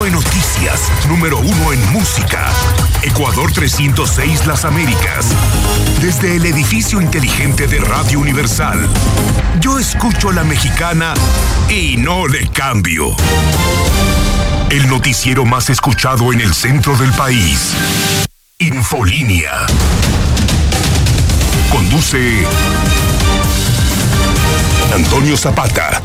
en noticias, número 1 en música. Ecuador 306 Las Américas. Desde el edificio inteligente de Radio Universal. Yo escucho La Mexicana y no le cambio. El noticiero más escuchado en el centro del país. Infolínea. Conduce Antonio Zapata.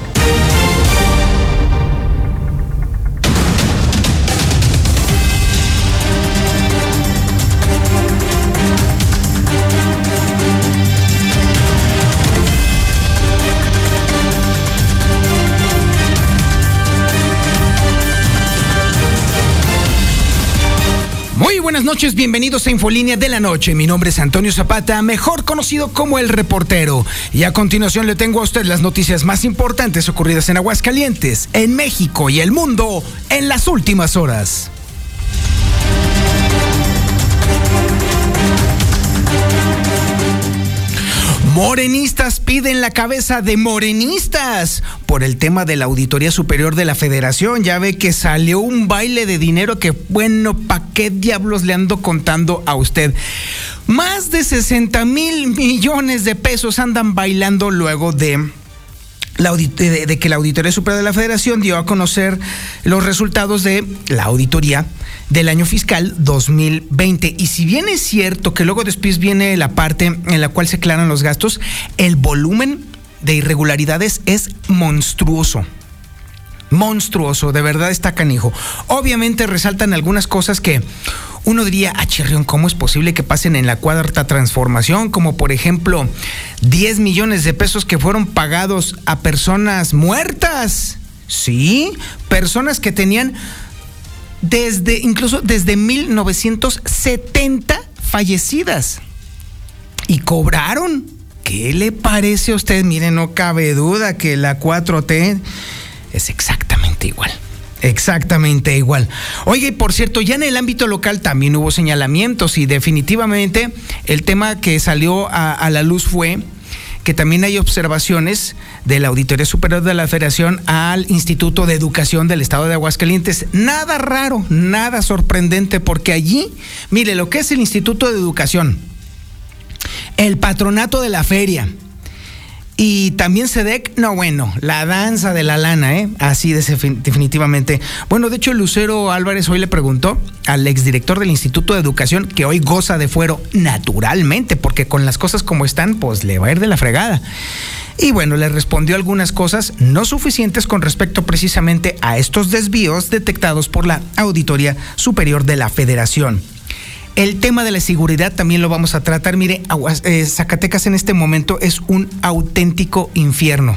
Muy buenas noches, bienvenidos a Infolínea de la Noche. Mi nombre es Antonio Zapata, mejor conocido como El Reportero. Y a continuación le tengo a usted las noticias más importantes ocurridas en Aguascalientes, en México y el mundo en las últimas horas. Morenistas piden la cabeza de morenistas por el tema de la Auditoría Superior de la Federación. Ya ve que salió un baile de dinero que, bueno, ¿pa' qué diablos le ando contando a usted? Más de 60 mil millones de pesos andan bailando luego de que la Auditoría Superior de la Federación dio a conocer los resultados de la auditoría del año fiscal 2020. Y si bien es cierto que luego después viene la parte en la cual se aclaran los gastos, el volumen de irregularidades es monstruoso. Monstruoso, de verdad está canijo. Obviamente resaltan algunas cosas que uno diría, chirrión, ¿cómo es posible que pasen en la cuarta transformación? Como por ejemplo, 10 millones de pesos que fueron pagados a personas muertas. Sí, personas que tenían incluso desde 1970 fallecidas. Y cobraron. ¿Qué le parece a usted? Mire, no cabe duda que la 4T es exactamente igual. Exactamente igual. Oye, y por cierto, ya en el ámbito local también hubo señalamientos y definitivamente el tema que salió a la luz fue que también hay observaciones de la Auditoría Superior de la Federación al Instituto de Educación del Estado de Aguascalientes. Nada raro, nada sorprendente, porque allí, mire, lo que es el Instituto de Educación, el patronato de la feria y también SEDEC, no, bueno, la danza de la lana, así definitivamente. Bueno, de hecho, Lucero Álvarez hoy le preguntó al exdirector del Instituto de Educación, que hoy goza de fuero naturalmente, porque con las cosas como están, pues le va a ir de la fregada. Y bueno, le respondió algunas cosas no suficientes con respecto precisamente a estos desvíos detectados por la Auditoría Superior de la Federación. El tema de la seguridad también lo vamos a tratar. Mire, Zacatecas en este momento es un auténtico infierno.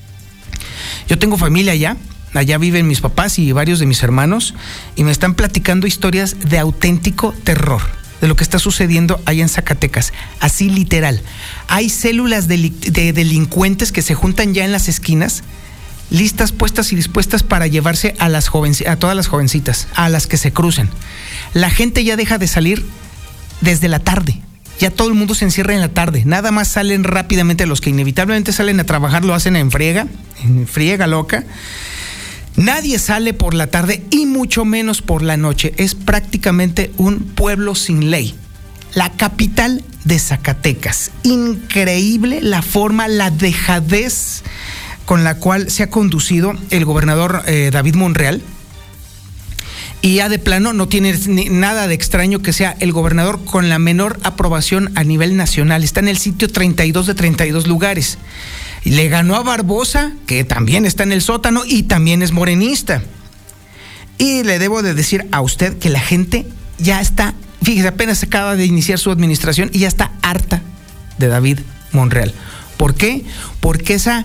Yo tengo familia allá viven mis papás y varios de mis hermanos, y me están platicando historias de auténtico terror, de lo que está sucediendo allá en Zacatecas. Así literal. Hay células de delincuentes que se juntan ya en las esquinas, listas, puestas y dispuestas para llevarse a todas las jovencitas, a las que se crucen. La gente ya deja de salir desde la tarde. Ya todo el mundo se encierra en la tarde. Nada más salen rápidamente los que inevitablemente salen a trabajar, lo hacen en friega loca. Nadie sale por la tarde y mucho menos por la noche. Es prácticamente un pueblo sin ley. La capital de Zacatecas. Increíble la forma, la dejadez con la cual se ha conducido el gobernador David Monreal. Y ya de plano no tiene nada de extraño que sea el gobernador con la menor aprobación a nivel nacional. Está en el sitio 32 de 32 lugares. Y le ganó a Barbosa, que también está en el sótano y también es morenista. Y le debo de decir a usted que la gente ya está, fíjese, apenas acaba de iniciar su administración y ya está harta de David Monreal. ¿Por qué? Porque esa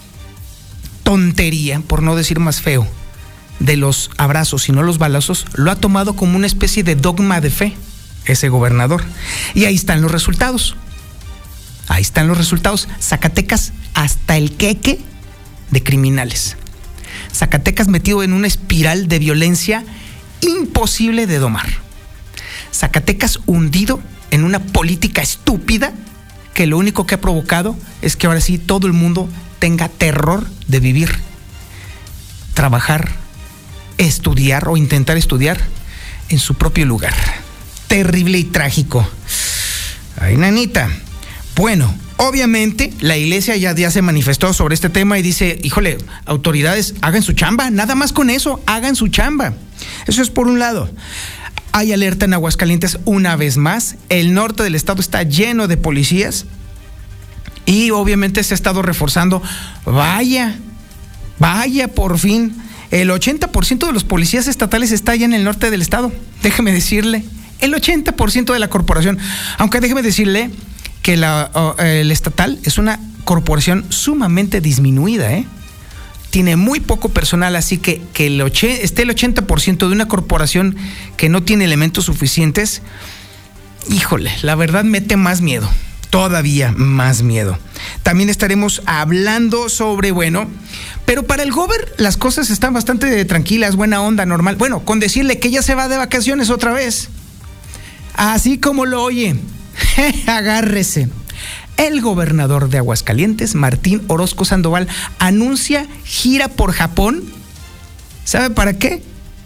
tontería, por no decir más feo, de los abrazos y no los balazos, lo ha tomado como una especie de dogma de fe ese gobernador. Y ahí están los resultados. Ahí están los resultados. Zacatecas hasta el queque de criminales. Zacatecas metido en una espiral de violencia imposible de domar. Zacatecas hundido en una política estúpida que lo único que ha provocado es que ahora sí todo el mundo tenga terror de vivir, trabajar estudiar o intentar estudiar en su propio lugar. Terrible y trágico. Ay, nanita. Bueno, obviamente la iglesia ya se manifestó sobre este tema y dice, híjole, autoridades, hagan su chamba, nada más con eso, hagan su chamba. Eso es por un lado. Hay alerta en Aguascalientes una vez más. El norte del estado está lleno de policías y obviamente se ha estado reforzando. Vaya, por fin. El 80% de los policías estatales está allá en el norte del estado. Déjeme decirle, el 80% de la corporación. Aunque déjeme decirle que el estatal es una corporación sumamente disminuida, Tiene muy poco personal, así que esté el 80% de una corporación que no tiene elementos suficientes, híjole, la verdad mete más miedo, todavía más miedo. También estaremos hablando sobre, pero para el gober las cosas están bastante tranquilas, buena onda, normal. Bueno, con decirle que ya se va de vacaciones otra vez. Así como lo oye. Agárrese. El gobernador de Aguascalientes, Martín Orozco Sandoval, anuncia gira por Japón. ¿Sabe para qué?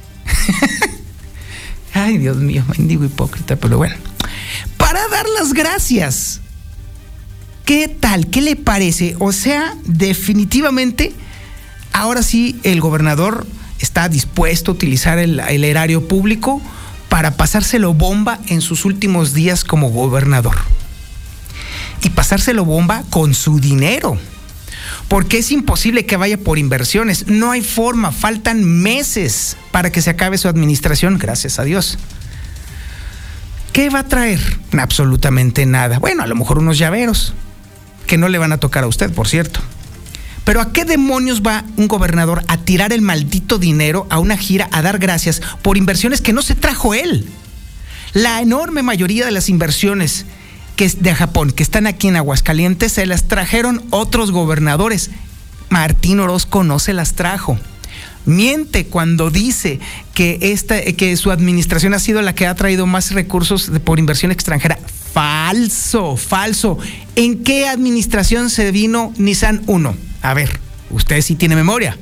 Ay, Dios mío, mendigo hipócrita, pero bueno. Para dar las gracias. ¿Qué tal? ¿Qué le parece? O sea, definitivamente, ahora sí el gobernador está dispuesto a utilizar el erario público para pasárselo bomba en sus últimos días como gobernador. Y pasárselo bomba con su dinero. Porque es imposible que vaya por inversiones. No hay forma, faltan meses para que se acabe su administración, gracias a Dios. ¿Qué va a traer? Absolutamente nada. Bueno, a lo mejor unos llaveros, que no le van a tocar a usted, por cierto. Pero ¿a qué demonios va un gobernador a tirar el maldito dinero a una gira a dar gracias por inversiones que no se trajo él? La enorme mayoría de las inversiones de Japón que están aquí en Aguascalientes se las trajeron otros gobernadores. Martín Orozco no se las trajo. Miente cuando dice que su administración ha sido la que ha traído más recursos por inversión extranjera. Falso. ¿En qué administración se vino Nissan 1? A ver, usted sí tiene memoria.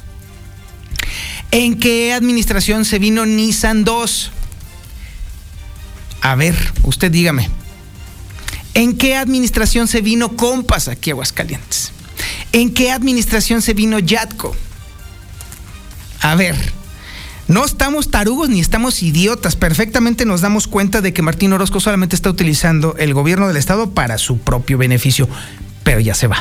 ¿En qué administración se vino Nissan 2? A ver, usted dígame. ¿En qué administración se vino Compass aquí a Aguascalientes? ¿En qué administración se vino Yatco? A ver, no estamos tarugos ni estamos idiotas. Perfectamente nos damos cuenta de que Martín Orozco solamente está utilizando el gobierno del estado para su propio beneficio. Pero ya se va.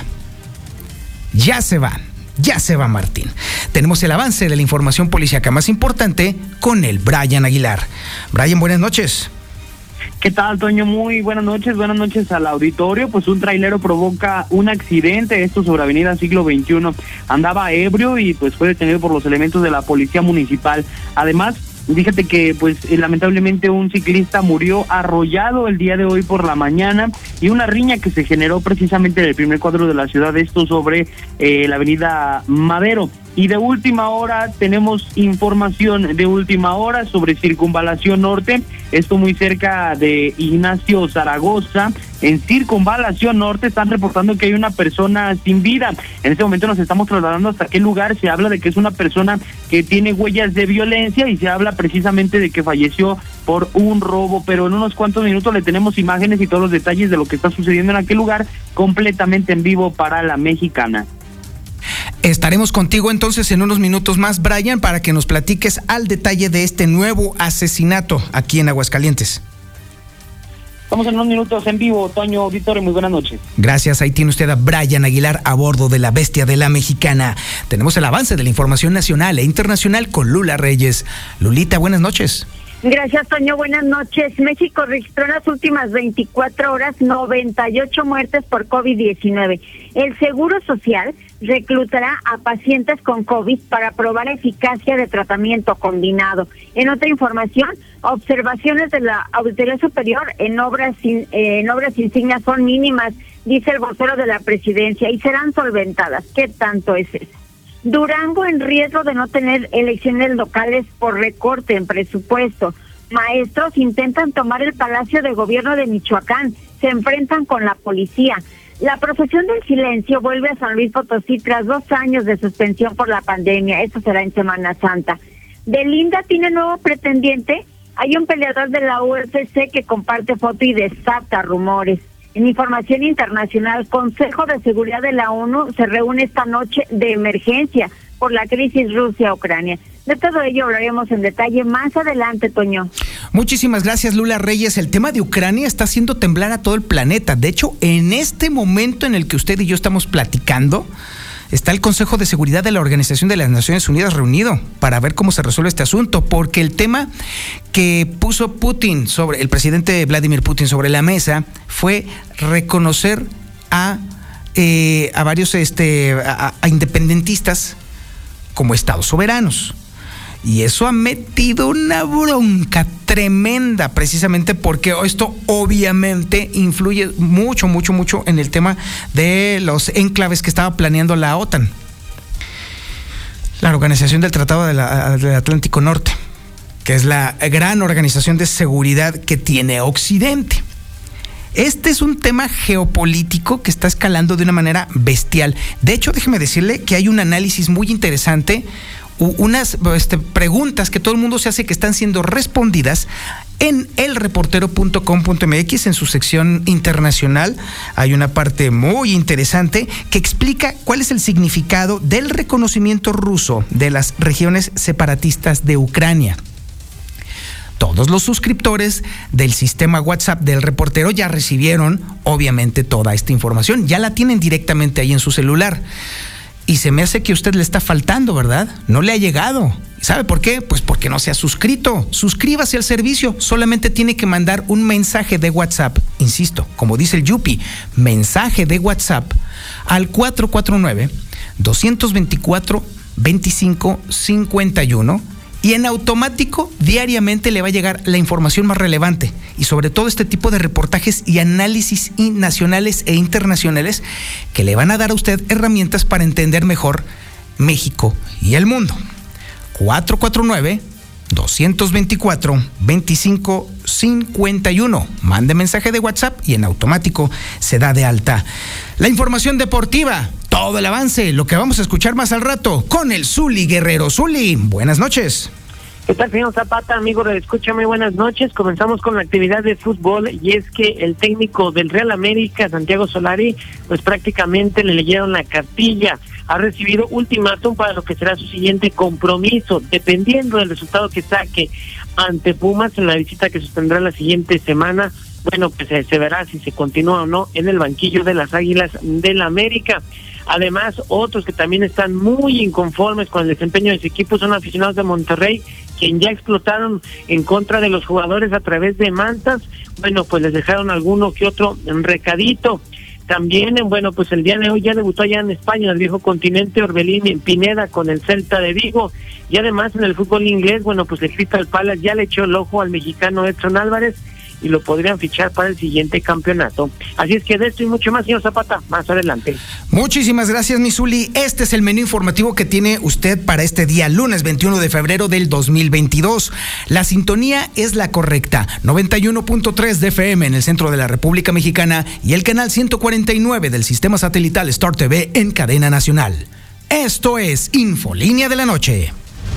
Ya se va Martín. Tenemos el avance de la información policíaca más importante con el Brian Aguilar. Brian, buenas noches. ¿Qué tal, Toño? Muy buenas noches al auditorio. Pues un trailero provoca un accidente, esto sobre Avenida Siglo XXI. Andaba ebrio y pues fue detenido por los elementos de la policía municipal. Además, fíjate que pues lamentablemente un ciclista murió arrollado el día de hoy por la mañana y una riña que se generó precisamente en el primer cuadro de la ciudad, esto sobre la avenida Madero. Y de última hora tenemos información de última hora sobre Circunvalación Norte, esto muy cerca de Ignacio Zaragoza. En Circunvalación Norte están reportando que hay una persona sin vida. En este momento nos estamos trasladando hasta aquel lugar. Se habla de que es una persona que tiene huellas de violencia y se habla precisamente de que falleció por un robo, pero en unos cuantos minutos le tenemos imágenes y todos los detalles de lo que está sucediendo en aquel lugar completamente en vivo para La Mexicana. Estaremos contigo entonces en unos minutos más, Brian, para que nos platiques al detalle de este nuevo asesinato aquí en Aguascalientes. Estamos en unos minutos en vivo, Toño, Víctor, y muy buenas noches. Gracias, ahí tiene usted a Brian Aguilar a bordo de la bestia de La Mexicana. Tenemos el avance de la información nacional e internacional con Lula Reyes. Lulita, buenas noches. Gracias, Toño. Buenas noches. México registró en las últimas 24 horas 98 muertes por COVID-19. El Seguro Social reclutará a pacientes con COVID para probar eficacia de tratamiento combinado. En otra información, observaciones de la Auditoría Superior en obras insignias son mínimas, dice el vocero de la Presidencia, y serán solventadas. ¿Qué tanto es eso? Durango en riesgo de no tener elecciones locales por recorte en presupuesto. Maestros intentan tomar el Palacio de Gobierno de Michoacán, se enfrentan con la policía. La profesión del silencio vuelve a San Luis Potosí tras 2 años de suspensión por la pandemia. Esto será en Semana Santa. Belinda tiene nuevo pretendiente. Hay un peleador de la UFC que comparte foto y desata rumores. En información internacional, Consejo de Seguridad de la ONU se reúne esta noche de emergencia por la crisis Rusia-Ucrania. De todo ello hablaremos en detalle más adelante, Toño. Muchísimas gracias, Lula Reyes. El tema de Ucrania está haciendo temblar a todo el planeta. De hecho, en este momento en el que usted y yo estamos platicando, está el Consejo de Seguridad de la Organización de las Naciones Unidas reunido para ver cómo se resuelve este asunto, porque el tema que puso Putin sobre el presidente Vladimir Putin sobre la mesa fue reconocer a varios a independentistas como estados soberanos. Y eso ha metido una bronca tremenda, precisamente porque esto obviamente influye mucho en el tema de los enclaves que estaba planeando la OTAN, la Organización del Tratado del Atlántico Norte, que es la gran organización de seguridad que tiene Occidente. Este es un tema geopolítico que está escalando de una manera bestial. De hecho, déjeme decirle que hay un análisis muy interesante, unas preguntas que todo el mundo se hace que están siendo respondidas en elreportero.com.mx. En su sección internacional hay una parte muy interesante que explica cuál es el significado del reconocimiento ruso de las regiones separatistas de Ucrania. Todos los suscriptores del sistema WhatsApp del reportero ya recibieron, obviamente, toda esta información. Ya la tienen directamente ahí en su celular. Y se me hace que a usted le está faltando, ¿verdad? No le ha llegado. ¿Sabe por qué? Pues porque no se ha suscrito. Suscríbase al servicio. Solamente tiene que mandar un mensaje de WhatsApp. Insisto, como dice el Yupi, mensaje de WhatsApp al 449-224-2551. Y en automático, diariamente le va a llegar la información más relevante. Y sobre todo este tipo de reportajes y análisis nacionales e internacionales que le van a dar a usted herramientas para entender mejor México y el mundo. 449-224-2551. Mande mensaje de WhatsApp y en automático se da de alta. La información deportiva, todo el avance, lo que vamos a escuchar más al rato con el Zuli Guerrero. Zuli, buenas noches. ¿Qué tal, señor Zapata? Amigo, escucha, muy buenas noches. Comenzamos con la actividad de fútbol y es que el técnico del Real América, Santiago Solari, pues prácticamente le leyeron la cartilla. Ha recibido ultimátum para lo que será su siguiente compromiso, dependiendo del resultado que saque ante Pumas en la visita que sostendrá la siguiente semana. Bueno, pues se verá si se continúa o no en el banquillo de las Águilas del América. Además, otros que también están muy inconformes con el desempeño de su equipo son aficionados de Monterrey, quien ya explotaron en contra de los jugadores a través de mantas. Bueno, pues les dejaron alguno que otro recadito. También, bueno, pues el día de hoy ya debutó allá en España, en el viejo continente, Orbelín Pineda con el Celta de Vigo. Y además en el fútbol inglés, bueno, pues el Crystal Palace ya le echó el ojo al mexicano Edson Álvarez y lo podrían fichar para el siguiente campeonato. Así es que de esto y mucho más, señor Zapata, más adelante. Muchísimas gracias, mi Zuli. Este es el menú informativo que tiene usted para este día, lunes 21 de febrero del 2022. La sintonía es la correcta, 91.3 de FM en el centro de la República Mexicana y el canal 149 del sistema satelital Star TV en cadena nacional. Esto es Infolínea de la Noche.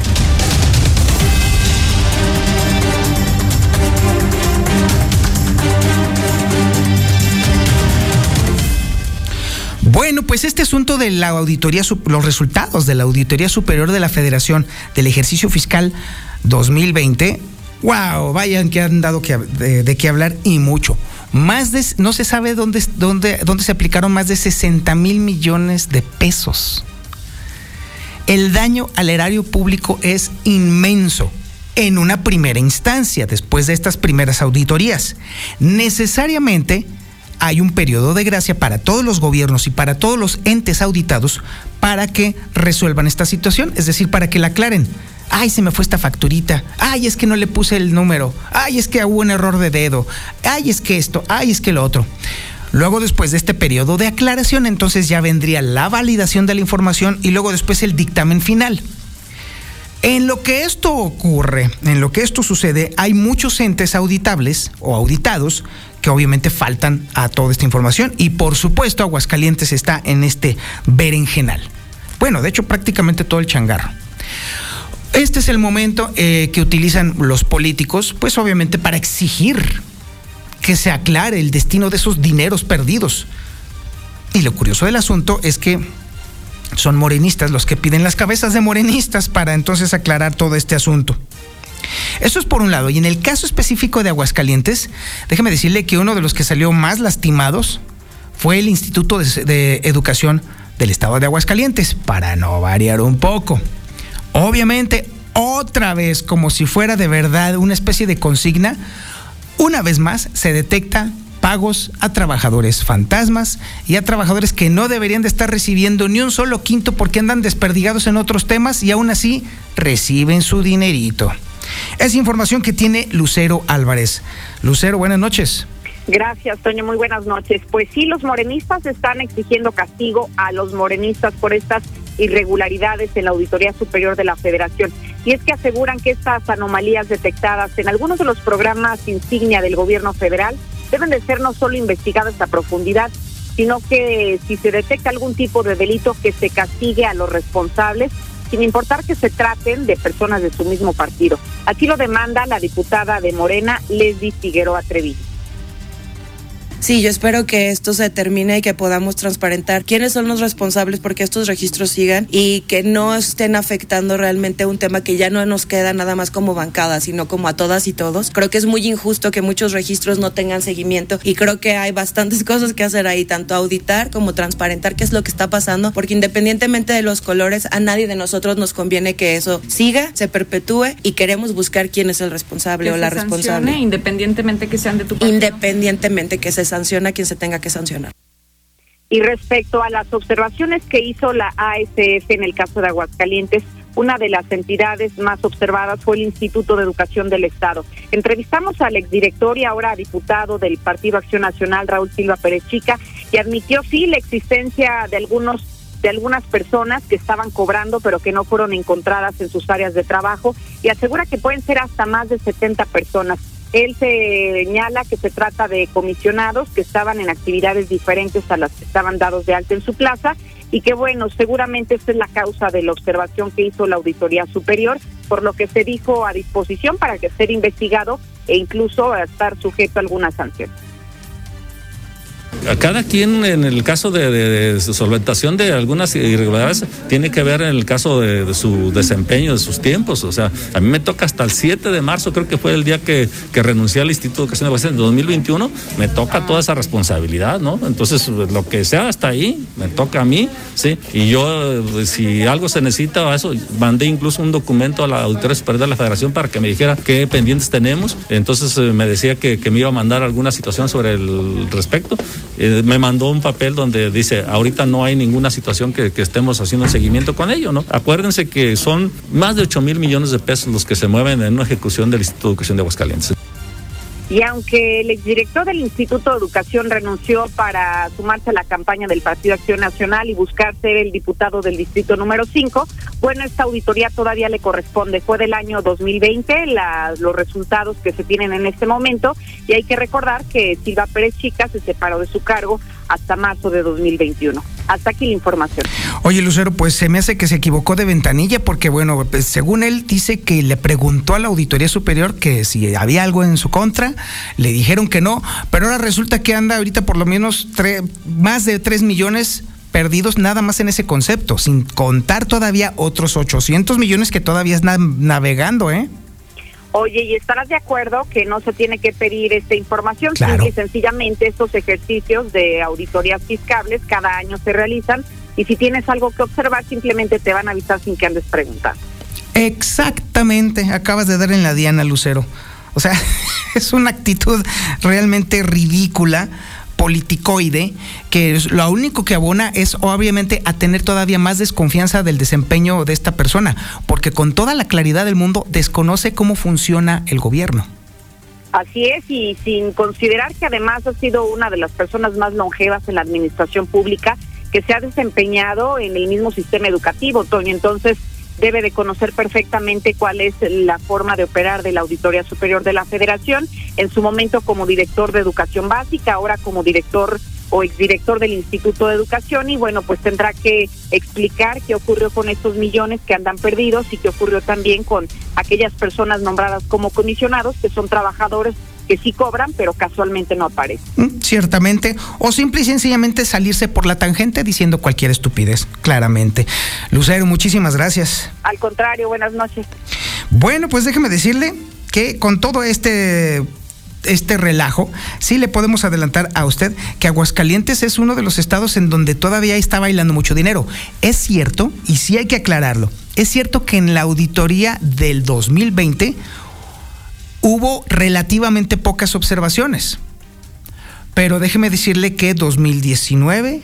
Bueno, pues este asunto de la auditoría, los resultados de la Auditoría Superior de la Federación del ejercicio fiscal 2020, wow, vayan que han dado de qué hablar y mucho. No se sabe dónde se aplicaron más de 60,000 millones de pesos. El daño al erario público es inmenso en una primera instancia, después de estas primeras auditorías. Necesariamente hay un periodo de gracia para todos los gobiernos y para todos los entes auditados para que resuelvan esta situación, es decir, para que la aclaren. Ay, se me fue esta facturita. Ay, es que no le puse el número. Ay, es que hubo un error de dedo. Ay, es que esto. Ay, es que lo otro. Luego, después de este periodo de aclaración, entonces ya vendría la validación de la información y luego después el dictamen final. En lo que esto ocurre, en lo que esto sucede, hay muchos entes auditables o auditados que obviamente faltan a toda esta información y por supuesto Aguascalientes está en este berenjenal. Bueno, de hecho prácticamente todo el changarro. Este es el momento que utilizan los políticos, pues obviamente para exigir que se aclare el destino de esos dineros perdidos. Y lo curioso del asunto es que son morenistas los que piden las cabezas de morenistas para entonces aclarar todo este asunto. Eso es por un lado. Y en el caso específico de Aguascalientes, déjeme decirle que uno de los que salió más lastimados fue el Instituto de Educación del Estado de Aguascalientes, para no variar un poco. Obviamente, otra vez, como si fuera de verdad una especie de consigna, una vez más se detecta pagos a trabajadores fantasmas y a trabajadores que no deberían de estar recibiendo ni un solo quinto porque andan desperdigados en otros temas y aún así reciben su dinerito. Es información que tiene Lucero Álvarez. Lucero, buenas noches. Gracias, Toño, muy buenas noches. Pues sí, los morenistas están exigiendo castigo a los morenistas por estas irregularidades en la Auditoría Superior de la Federación. Y es que aseguran que estas anomalías detectadas en algunos de los programas insignia del gobierno federal deben de ser no solo investigadas a profundidad, sino que si se detecta algún tipo de delito, que se castigue a los responsables, sin importar que se traten de personas de su mismo partido. Así lo demanda la diputada de Morena, Leslie Figueroa Treviño. Sí, yo espero que esto se termine y que podamos transparentar quiénes son los responsables porque estos registros sigan y que no estén afectando realmente un tema que ya no nos queda nada más como bancada, sino como a todas y todos. Creo que es muy injusto que muchos registros no tengan seguimiento y creo que hay bastantes cosas que hacer ahí, tanto auditar como transparentar qué es lo que está pasando, porque independientemente de los colores, a nadie de nosotros nos conviene que eso siga, se perpetúe y queremos buscar quién es el responsable o la responsable. Independientemente que sean de tu partido. Independientemente que se sanciona a quien se tenga que sancionar. Y respecto a las observaciones que hizo la ASF en el caso de Aguascalientes, una de las entidades más observadas fue el Instituto de Educación del Estado. Entrevistamos al exdirector y ahora diputado del Partido Acción Nacional, Raúl Silva Pérez Chica, y admitió sí la existencia de algunas personas que estaban cobrando pero que no fueron encontradas en sus áreas de trabajo, y asegura que pueden ser hasta más de 70 personas. Él señala que se trata de comisionados que estaban en actividades diferentes a las que estaban dados de alta en su plaza, y que bueno, seguramente esta es la causa de la observación que hizo la Auditoría Superior, por lo que se dijo a disposición para que ser investigado e incluso a estar sujeto a alguna sanción. A cada quien, en el caso de solventación de algunas irregularidades, tiene que ver en el caso de su desempeño, de sus tiempos. O sea, a mí me toca hasta el 7 de marzo, creo que fue el día que renuncié al Instituto de Educación de Aguascalientes en 2021, me toca toda esa responsabilidad, ¿no? Entonces, lo que sea hasta ahí, me toca a mí, ¿sí? Y yo, si algo se necesita, eso, mandé incluso un documento a la Auditoría Superior de la Federación para que me dijera qué pendientes tenemos. Entonces, me decía que me iba a mandar alguna situación sobre el respecto. Me mandó un papel donde dice, ahorita no hay ninguna situación que estemos haciendo seguimiento con ello, ¿no? Acuérdense que son más de 8,000 millones de pesos los que se mueven en una ejecución del Instituto de Educación de Aguascalientes. Y aunque el exdirector del Instituto de Educación renunció para sumarse a la campaña del Partido Acción Nacional y buscar ser el diputado del distrito número 5, bueno, esta auditoría todavía le corresponde. Fue del año 2020 los resultados que se tienen en este momento, y hay que recordar que Silva Pérez Chica se separó de su cargo hasta marzo de 2021. Hasta aquí la información. Oye, Lucero, pues se me hace que se equivocó de ventanilla porque, bueno, pues, según él dice que le preguntó a la Auditoría Superior que si había algo en su contra, le dijeron que no, pero ahora resulta que anda ahorita por lo menos más de 3 millones perdidos nada más en ese concepto, sin contar todavía otros 800 millones que todavía están navegando, ¿eh? Oye, ¿y estarás de acuerdo que no se tiene que pedir esta información? Claro. Simple y sencillamente estos ejercicios de auditorías fiscales cada año se realizan, y si tienes algo que observar simplemente te van a avisar sin que andes preguntando. Exactamente, acabas de dar en la diana, Lucero. O sea, es una actitud realmente ridícula, politicoide, que lo único que abona es obviamente a tener todavía más desconfianza del desempeño de esta persona, porque con toda la claridad del mundo desconoce cómo funciona el gobierno. Así es, y sin considerar que además ha sido una de las personas más longevas en la administración pública, que se ha desempeñado en el mismo sistema educativo, Toño. Entonces debe de conocer perfectamente cuál es la forma de operar de la Auditoría Superior de la Federación, en su momento como director de Educación Básica, ahora como director o exdirector del Instituto de Educación, y bueno, pues tendrá que explicar qué ocurrió con estos millones que andan perdidos y qué ocurrió también con aquellas personas nombradas como comisionados, que son trabajadores que sí cobran, pero casualmente no aparecen. Ciertamente, o simple y sencillamente salirse por la tangente diciendo cualquier estupidez, claramente. Lucero, muchísimas gracias. Al contrario, buenas noches. Bueno, pues déjeme decirle que con todo este relajo, sí le podemos adelantar a usted que Aguascalientes es uno de los estados en donde todavía está bailando mucho dinero. Es cierto, y sí hay que aclararlo, es cierto que en la auditoría del 2020 hubo relativamente pocas observaciones, pero déjeme decirle que 2019,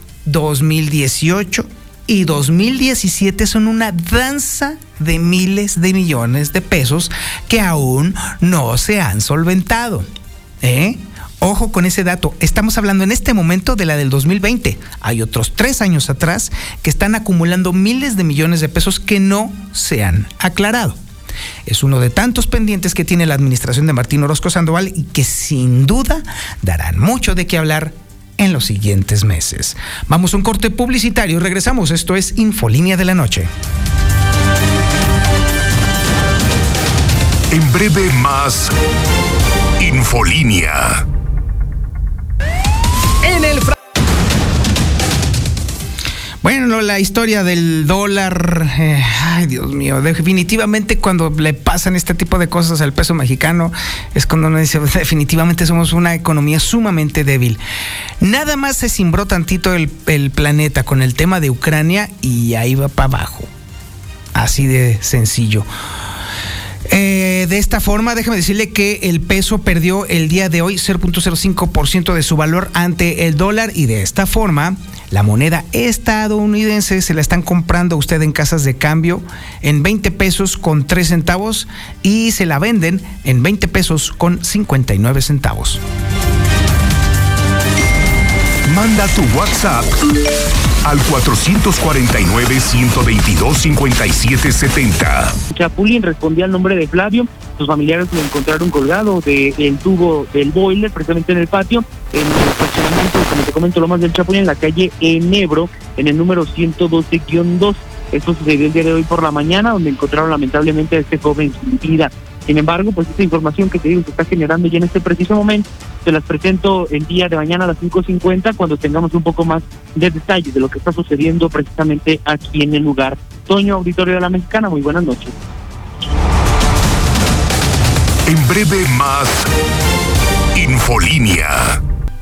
2018 y 2017 son una danza de miles de millones de pesos que aún no se han solventado. Ojo con ese dato. Estamos hablando en este momento de la del 2020. Hay otros 3 años atrás que están acumulando miles de millones de pesos que no se han aclarado. Es uno de tantos pendientes que tiene la administración de Martín Orozco Sandoval y que sin duda darán mucho de qué hablar en los siguientes meses. Vamos a un corte publicitario y regresamos. Esto es Infolínea de la Noche. En breve más Infolínea. Bueno, la historia del dólar, ay Dios mío, definitivamente cuando le pasan este tipo de cosas al peso mexicano es cuando uno dice, definitivamente somos una economía sumamente débil. Nada más se cimbró tantito el planeta con el tema de Ucrania y ahí va para abajo, así de sencillo. De esta forma, déjeme decirle que el peso perdió el día de hoy 0.05% de su valor ante el dólar y de esta forma la moneda estadounidense se la están comprando a usted en casas de cambio en 20 pesos con 3 centavos y se la venden en 20 pesos con 59 centavos. Manda tu WhatsApp al 449-122-5770. Chapulín respondía al nombre de Flavio. Sus familiares lo encontraron colgado del tubo del boiler, precisamente en el patio, en el estacionamiento, como te comento, Lomas del Chapulín, en la calle Enebro, en el número 112-2. Esto sucedió el día de hoy por la mañana, donde encontraron lamentablemente a este joven sin vida. Sin embargo, pues esta información que te digo se está generando ya en este preciso momento, te las presento el día de mañana a las 5:50 cuando tengamos un poco más de detalles de lo que está sucediendo precisamente aquí en el lugar. Toño, auditorio de la Mexicana, muy buenas noches. En breve más Infolínea.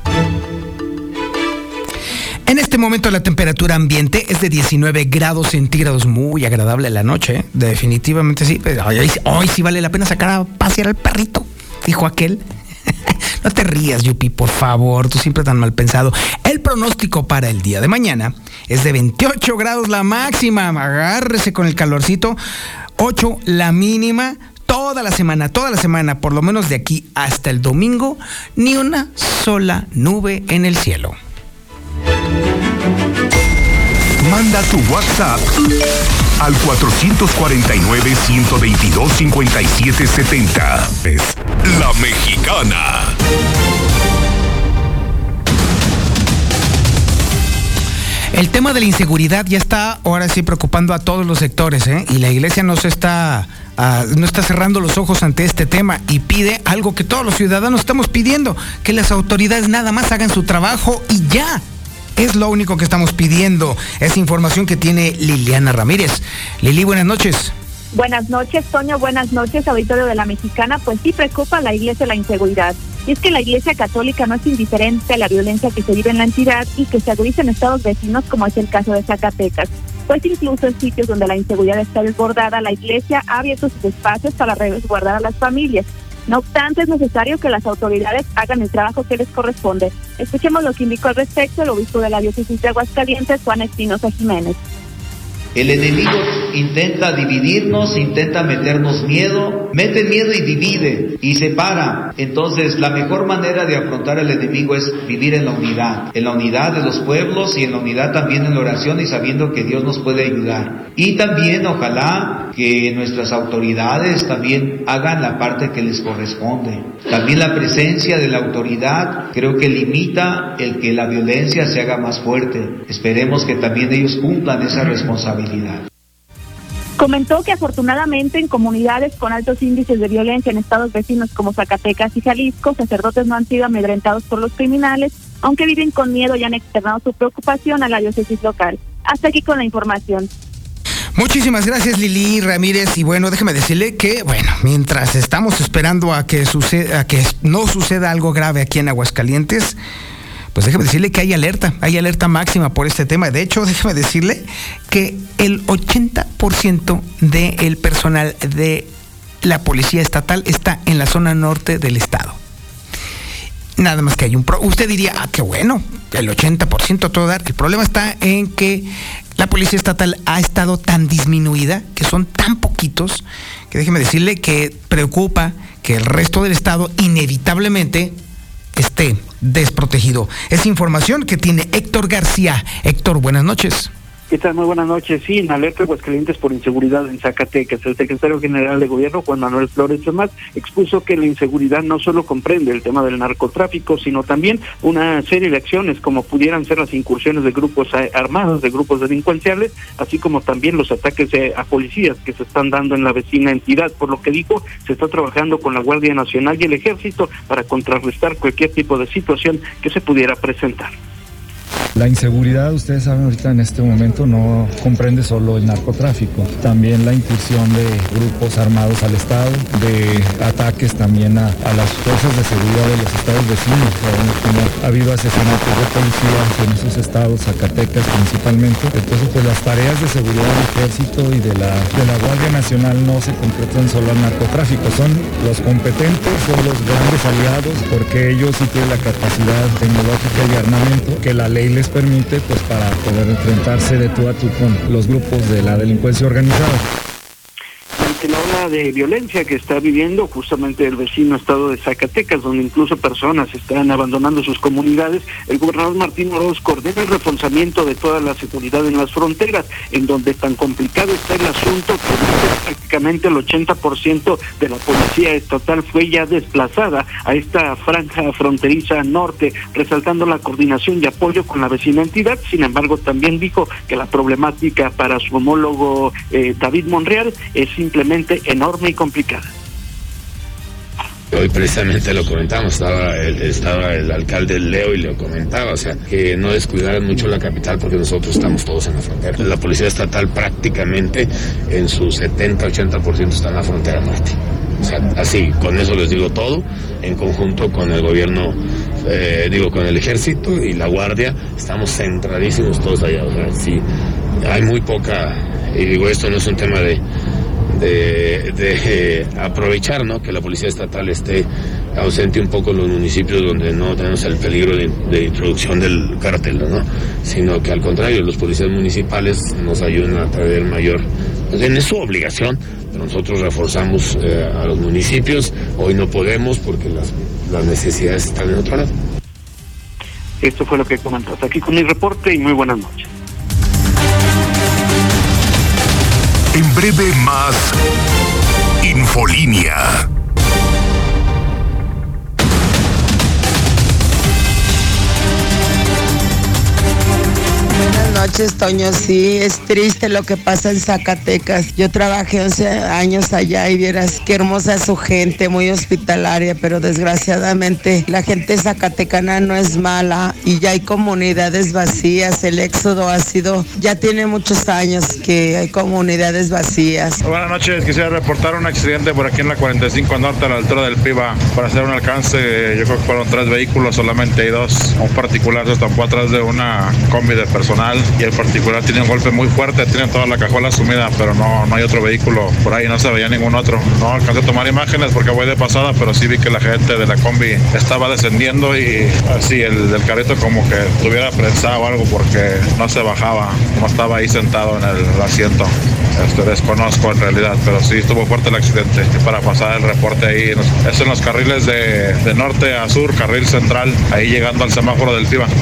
En este momento la temperatura ambiente es de 19 grados centígrados, muy agradable la noche, ¿eh? Definitivamente sí. Hoy sí vale la pena sacar a pasear al perrito, dijo aquel. No te rías, Yupi, por favor, tú siempre tan mal pensado. El pronóstico para el día de mañana es de 28 grados la máxima, agárrese con el calorcito, 8 la mínima. Toda la semana, por lo menos de aquí hasta el domingo, ni una sola nube en el cielo. Manda tu WhatsApp al 449-122-5770. Es La Mexicana. El tema de la inseguridad ya está ahora sí preocupando a todos los sectores, ¿eh? Y la iglesia no está cerrando los ojos ante este tema y pide algo que todos los ciudadanos estamos pidiendo, que las autoridades nada más hagan su trabajo y ya. Es lo único que estamos pidiendo. Es información que tiene Liliana Ramírez. Lili, buenas noches. Buenas noches, Toño. Buenas noches, auditorio de la Mexicana. Pues sí preocupa a la iglesia la inseguridad. Y es que la iglesia católica no es indiferente a la violencia que se vive en la entidad y que se agudiza en estados vecinos, como es el caso de Zacatecas. Pues incluso en sitios donde la inseguridad está desbordada, la iglesia ha abierto sus espacios para resguardar a las familias. No obstante, es necesario que las autoridades hagan el trabajo que les corresponde. Escuchemos lo que indicó al respecto el obispo de la diócesis de Aguascalientes, Juan Espinosa Jiménez. El enemigo intenta dividirnos, intenta meternos miedo, mete miedo y divide y separa. Entonces la mejor manera de afrontar al enemigo es vivir en la unidad de los pueblos y en la unidad también en la oración y sabiendo que Dios nos puede ayudar. Y también ojalá que nuestras autoridades también hagan la parte que les corresponde. También la presencia de la autoridad creo que limita el que la violencia se haga más fuerte. Esperemos que también ellos cumplan esa responsabilidad. Comentó que afortunadamente en comunidades con altos índices de violencia en estados vecinos como Zacatecas y Jalisco, sacerdotes no han sido amedrentados por los criminales, aunque viven con miedo y han externado su preocupación a la diócesis local. Hasta aquí con la información. Muchísimas gracias, Lili Ramírez. Y bueno, déjeme decirle que, mientras estamos esperando a que no suceda algo grave aquí en Aguascalientes, pues déjeme decirle que hay alerta máxima por este tema. De hecho, déjeme decirle que el 80% del personal de la Policía Estatal está en la zona norte del estado. Nada más que hay usted diría, qué bueno, el 80% a todo dar. El problema está en que la Policía Estatal ha estado tan disminuida, que son tan poquitos, que déjeme decirle que preocupa que el resto del estado inevitablemente esté desprotegido. Es información que tiene Héctor García. Héctor, buenas noches. ¿Qué tal? Muy buenas noches. Sí, en alerta Aguascalientes por inseguridad en Zacatecas. El secretario general de Gobierno, Juan Manuel Flores Tomás, expuso que la inseguridad no solo comprende el tema del narcotráfico, sino también una serie de acciones como pudieran ser las incursiones de grupos armados, de grupos delincuenciales, así como también los ataques a policías que se están dando en la vecina entidad. Por lo que dijo, se está trabajando con la Guardia Nacional y el Ejército para contrarrestar cualquier tipo de situación que se pudiera presentar. La inseguridad, ustedes saben, ahorita en este momento no comprende solo el narcotráfico, también la incursión de grupos armados al Estado, de ataques también a las fuerzas de seguridad de los estados vecinos. Ha habido asesinatos de policías en esos estados, Zacatecas principalmente. Entonces, pues las tareas de seguridad del Ejército y de la Guardia Nacional no se concretan solo al narcotráfico, son los competentes, son los grandes aliados, porque ellos sí tienen la capacidad tecnológica y armamento que la ley les permite, pues, para poder enfrentarse de tú a tú con los grupos de la delincuencia organizada. Ante la ola de violencia que está viviendo justamente el vecino estado de Zacatecas, donde incluso personas están abandonando sus comunidades, el gobernador Martín Orozco ordena el reforzamiento de toda la seguridad en las fronteras, en donde tan complicado está el asunto que prácticamente el 80% de la policía estatal fue ya desplazada a esta franja fronteriza norte, resaltando la coordinación y apoyo con la vecina entidad. Sin embargo, también dijo que la problemática para su homólogo David Monreal es simplemente enorme y complicada. Hoy precisamente lo comentamos, estaba el alcalde Leo y lo comentaba, o sea, que no descuidaran mucho la capital porque nosotros estamos todos en la frontera. La policía estatal prácticamente en su 70-80% está en la frontera norte. O sea, así, con eso les digo todo, en conjunto con el gobierno, con el ejército y la guardia, estamos centradísimos todos allá. O sea, sí, hay muy poca, y digo, esto no es un tema de aprovechar, ¿no?, que la policía estatal esté ausente un poco en los municipios donde no tenemos el peligro de introducción del cártel, ¿no?, sino que al contrario, los policías municipales nos ayudan a traer mayor, es su obligación, pero nosotros reforzamos a los municipios. Hoy no podemos porque las necesidades están en otro lado. Esto fue lo que comentaste aquí con mi reporte y muy buenas noches. En breve más Infolínea. Buenas noches, Toño. Sí, es triste lo que pasa en Zacatecas. Yo trabajé 11 años allá y vieras qué hermosa es su gente, muy hospitalaria, pero desgraciadamente la gente zacatecana no es mala y ya hay comunidades vacías. El éxodo ya tiene muchos años que hay comunidades vacías. Buenas noches, quisiera reportar un accidente por aquí en la 45 Norte a la altura del Piba. Para hacer un alcance, yo creo que fueron 3 vehículos, solamente hay 2. Un particular se estampó atrás de una combi de personal y y el particular tiene un golpe muy fuerte, tiene toda la cajuela sumida, pero no hay otro vehículo por ahí, no se veía ningún otro. No alcancé a tomar imágenes porque voy de pasada, pero sí vi que la gente de la combi estaba descendiendo y así el del carrito como que tuviera prensado o algo porque no se bajaba, no estaba ahí sentado en el asiento. Desconozco en realidad, pero sí estuvo fuerte el accidente. Para pasar el reporte ahí, es en los carriles de norte a sur, carril central, ahí llegando al semáforo del PIBA.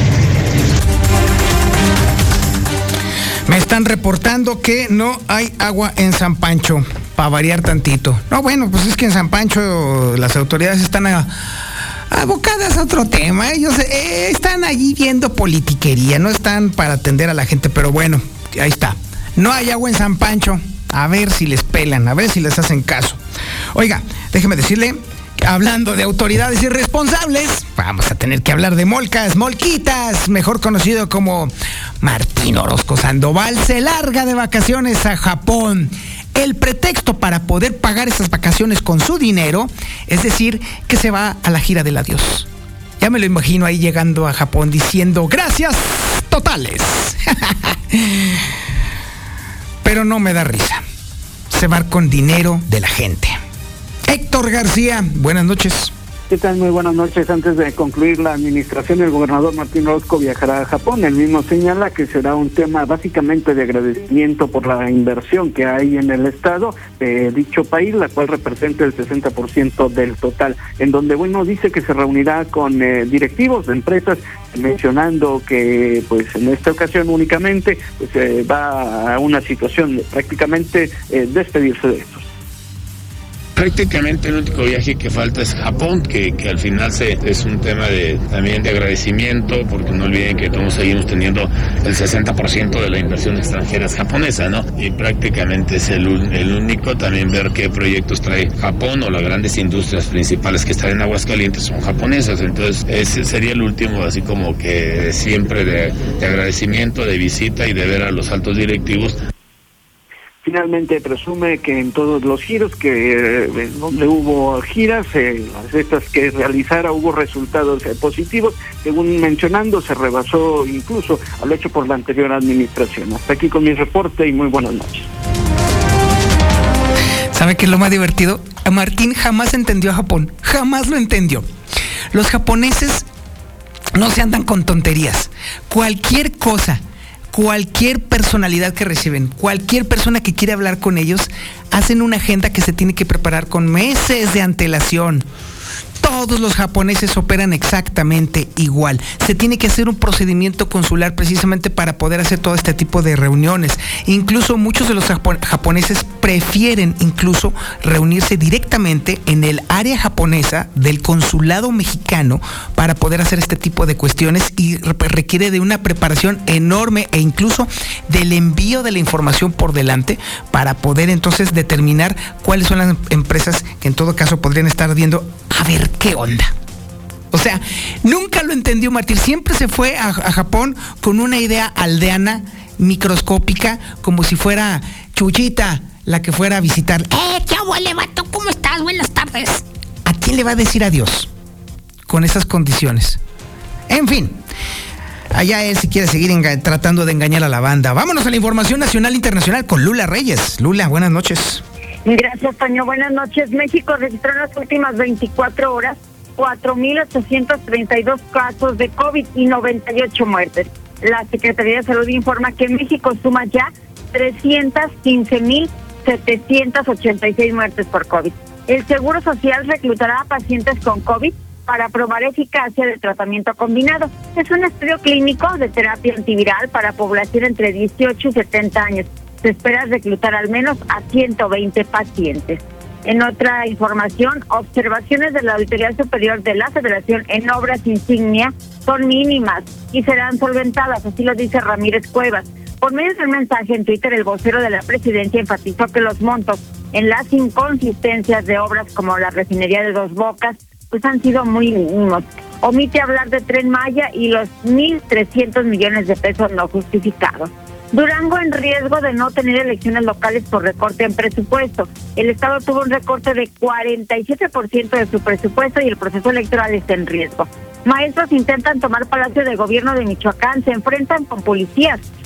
Me están reportando que no hay agua en San Pancho, para variar tantito. No, bueno, pues es que en San Pancho las autoridades están abocadas a otro tema. Ellos están allí viendo politiquería, no están para atender a la gente, pero bueno, ahí está. No hay agua en San Pancho. A ver si les pelan, a ver si les hacen caso. Oiga, déjeme decirle, hablando de autoridades irresponsables, vamos a tener que hablar de Molquitas, mejor conocido como Martín Orozco Sandoval, se larga de vacaciones a Japón. El pretexto para poder pagar esas vacaciones con su dinero, es decir, que se va a la gira del adiós. Ya me lo imagino ahí llegando a Japón diciendo gracias totales. Pero no me da risa. Se va con dinero de la gente. Héctor García, buenas noches. ¿Qué tal? Muy buenas noches. Antes de concluir la administración, el gobernador Martín Orozco viajará a Japón. Él mismo señala que será un tema básicamente de agradecimiento por la inversión que hay en el estado de dicho país, la cual representa el 60% del total, en donde, bueno, dice que se reunirá con directivos de empresas, mencionando que pues en esta ocasión únicamente pues va a una situación de prácticamente despedirse de estos. Prácticamente el único viaje que falta es Japón, que al final es un tema también de agradecimiento, porque no olviden que todos seguimos teniendo el 60% de la inversión extranjera es japonesa, ¿no? Y prácticamente es el único, también ver qué proyectos trae Japón, o las grandes industrias principales que están en Aguascalientes son japonesas. Entonces ese sería el último, así como que siempre de agradecimiento, de visita y de ver a los altos directivos. Finalmente presume que en todos los giros donde hubo giras, estas que realizara, hubo resultados positivos. Según mencionando, se rebasó incluso a lo hecho por la anterior administración. Hasta aquí con mi reporte y muy buenas noches. ¿Sabe qué es lo más divertido? Martín jamás entendió a Japón, jamás lo entendió. Los japoneses no se andan con tonterías. Cualquier cosa, cualquier personalidad que reciben, cualquier persona que quiere hablar con ellos, hacen una agenda que se tiene que preparar con meses de antelación. Todos los japoneses operan exactamente igual. Se tiene que hacer un procedimiento consular precisamente para poder hacer todo este tipo de reuniones. Incluso muchos de los japoneses prefieren incluso reunirse directamente en el área japonesa del consulado mexicano para poder hacer este tipo de cuestiones, y requiere de una preparación enorme e incluso del envío de la información por delante para poder entonces determinar cuáles son las empresas que en todo caso podrían estar viendo a ver qué onda. O sea, nunca lo entendió Martín. Siempre se fue a Japón con una idea aldeana, microscópica, como si fuera Chuchita la que fuera a visitar. ¿Qué abuelo, vato? ¿Cómo estás? Buenas tardes. ¿A quién le va a decir adiós con esas condiciones? En fin, allá él si quiere seguir tratando de engañar a la banda. Vámonos a la información nacional e internacional con Lula Reyes. Lula, buenas noches. Gracias, Toño. Buenas noches. México registró en las últimas 24 horas 4.832 casos de COVID y 98 muertes. La Secretaría de Salud informa que México suma ya 315.786 muertes por COVID. El Seguro Social reclutará a pacientes con COVID para probar eficacia del tratamiento combinado. Es un estudio clínico de terapia antiviral para población entre 18 y 70 años. Se espera reclutar al menos a 120 pacientes. En otra información, observaciones de la Auditoría Superior de la Federación en obras insignia son mínimas y serán solventadas, así lo dice Ramírez Cuevas. Por medio de un mensaje en Twitter, el vocero de la presidencia enfatizó que los montos en las inconsistencias de obras como la refinería de Dos Bocas pues han sido muy mínimos. Omite hablar de Tren Maya y los 1.300 millones de pesos no justificados. Durango en riesgo de no tener elecciones locales por recorte en presupuesto. El Estado tuvo un recorte de 47% de su presupuesto y el proceso electoral está en riesgo. Maestros intentan tomar Palacio de Gobierno de Michoacán, se enfrentan con policías.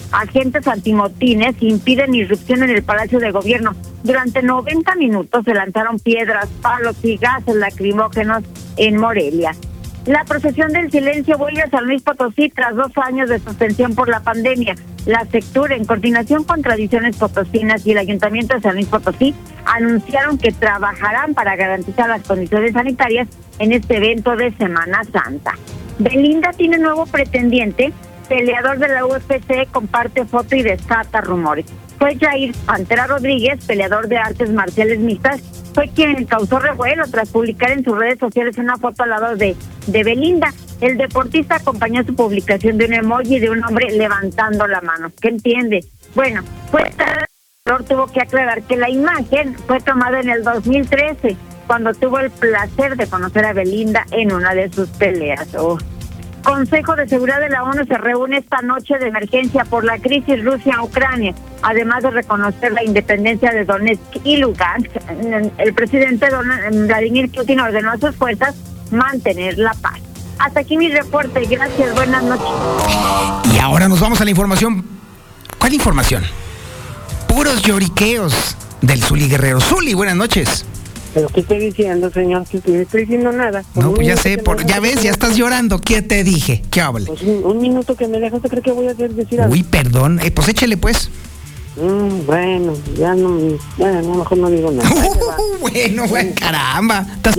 Agentes antimotines impiden irrupción en el Palacio de Gobierno. Durante 90 minutos se lanzaron piedras, palos y gases lacrimógenos en Morelia. La procesión del silencio vuelve a San Luis Potosí tras 2 años de suspensión por la pandemia. La Sectur, en coordinación con Tradiciones Potosinas y el Ayuntamiento de San Luis Potosí, anunciaron que trabajarán para garantizar las condiciones sanitarias en este evento de Semana Santa. Belinda tiene nuevo pretendiente. Peleador de la UFC comparte foto y desata rumores. Fue Jair Pantera Rodríguez, peleador de artes marciales mixtas, fue quien causó revuelo tras publicar en sus redes sociales una foto al lado de Belinda. El deportista acompañó su publicación de un emoji de un hombre levantando la mano. ¿Qué entiende? Bueno, pues el peleador tuvo que aclarar que la imagen fue tomada en el 2013, cuando tuvo el placer de conocer a Belinda en una de sus peleas. Consejo de Seguridad de la ONU se reúne esta noche de emergencia por la crisis Rusia-Ucrania. Además de reconocer la independencia de Donetsk y Lugansk, el presidente Vladimir Putin ordenó a sus fuerzas mantener la paz. Hasta aquí mi reporte. Gracias, buenas noches. Y ahora nos vamos a la información. ¿Cuál información? Puros lloriqueos del Zuli Guerrero. Zuli, buenas noches. ¿Pero qué estoy diciendo, señor? Que no estoy diciendo nada. No, pues ya sé, ya ves, ya estás llorando. ¿Qué te dije? ¿Qué hable? Pues un minuto que me dejas, ¿te crees que voy a decir algo? Uy, perdón. Pues échale, pues. Bueno, ya no, mejor no digo nada. Bueno, caramba. Estás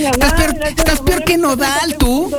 peor que Nodal, tú.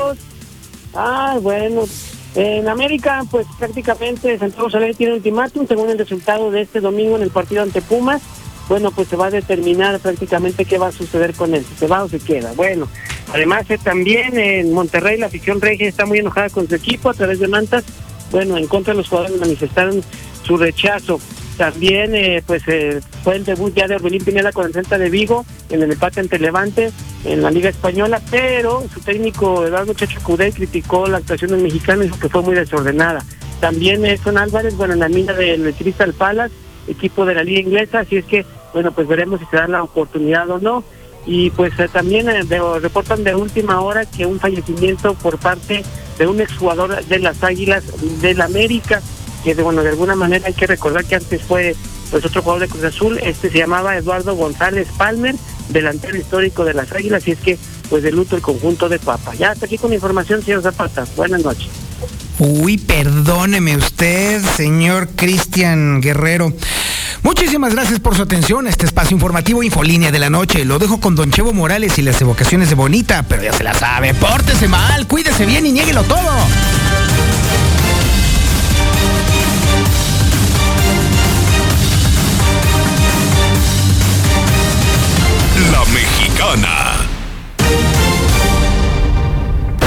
Bueno. En América, pues prácticamente Santiago Solari tiene ultimátum. Según el resultado de este domingo en el partido ante Pumas, bueno, pues se va a determinar prácticamente qué va a suceder con él, si se va o se queda. Bueno, además también en Monterrey la afición regia está muy enojada con su equipo a través de mantas. Bueno, en contra de los jugadores manifestaron su rechazo. También fue el debut ya de Orbelín Pineda con el Celta de Vigo en el empate ante Levante en la Liga Española, pero su técnico Eduardo Chacho Coudet criticó la actuación del mexicano y dijo que fue muy desordenada. También Edson Álvarez, en la mina del Crystal Palace, equipo de la Liga Inglesa, así es que bueno, pues veremos si se da la oportunidad o no. Y pues también reportan de última hora que un fallecimiento por parte de un exjugador de las Águilas del América, que de alguna manera hay que recordar que antes fue pues otro jugador de Cruz Azul, se llamaba Eduardo González Palmer, delantero histórico de las Águilas, y es que pues de luto el conjunto de Papa. Ya hasta aquí con la información, señor Zapata. Buenas noches. Uy, perdóneme usted, señor Cristian Guerrero. Muchísimas gracias por su atención a este espacio informativo Infolínea de la Noche. Lo dejo con Don Chevo Morales y las evocaciones de Bonita, pero ya se la sabe. Pórtese mal, cuídese bien y niéguelo todo. La Mexicana.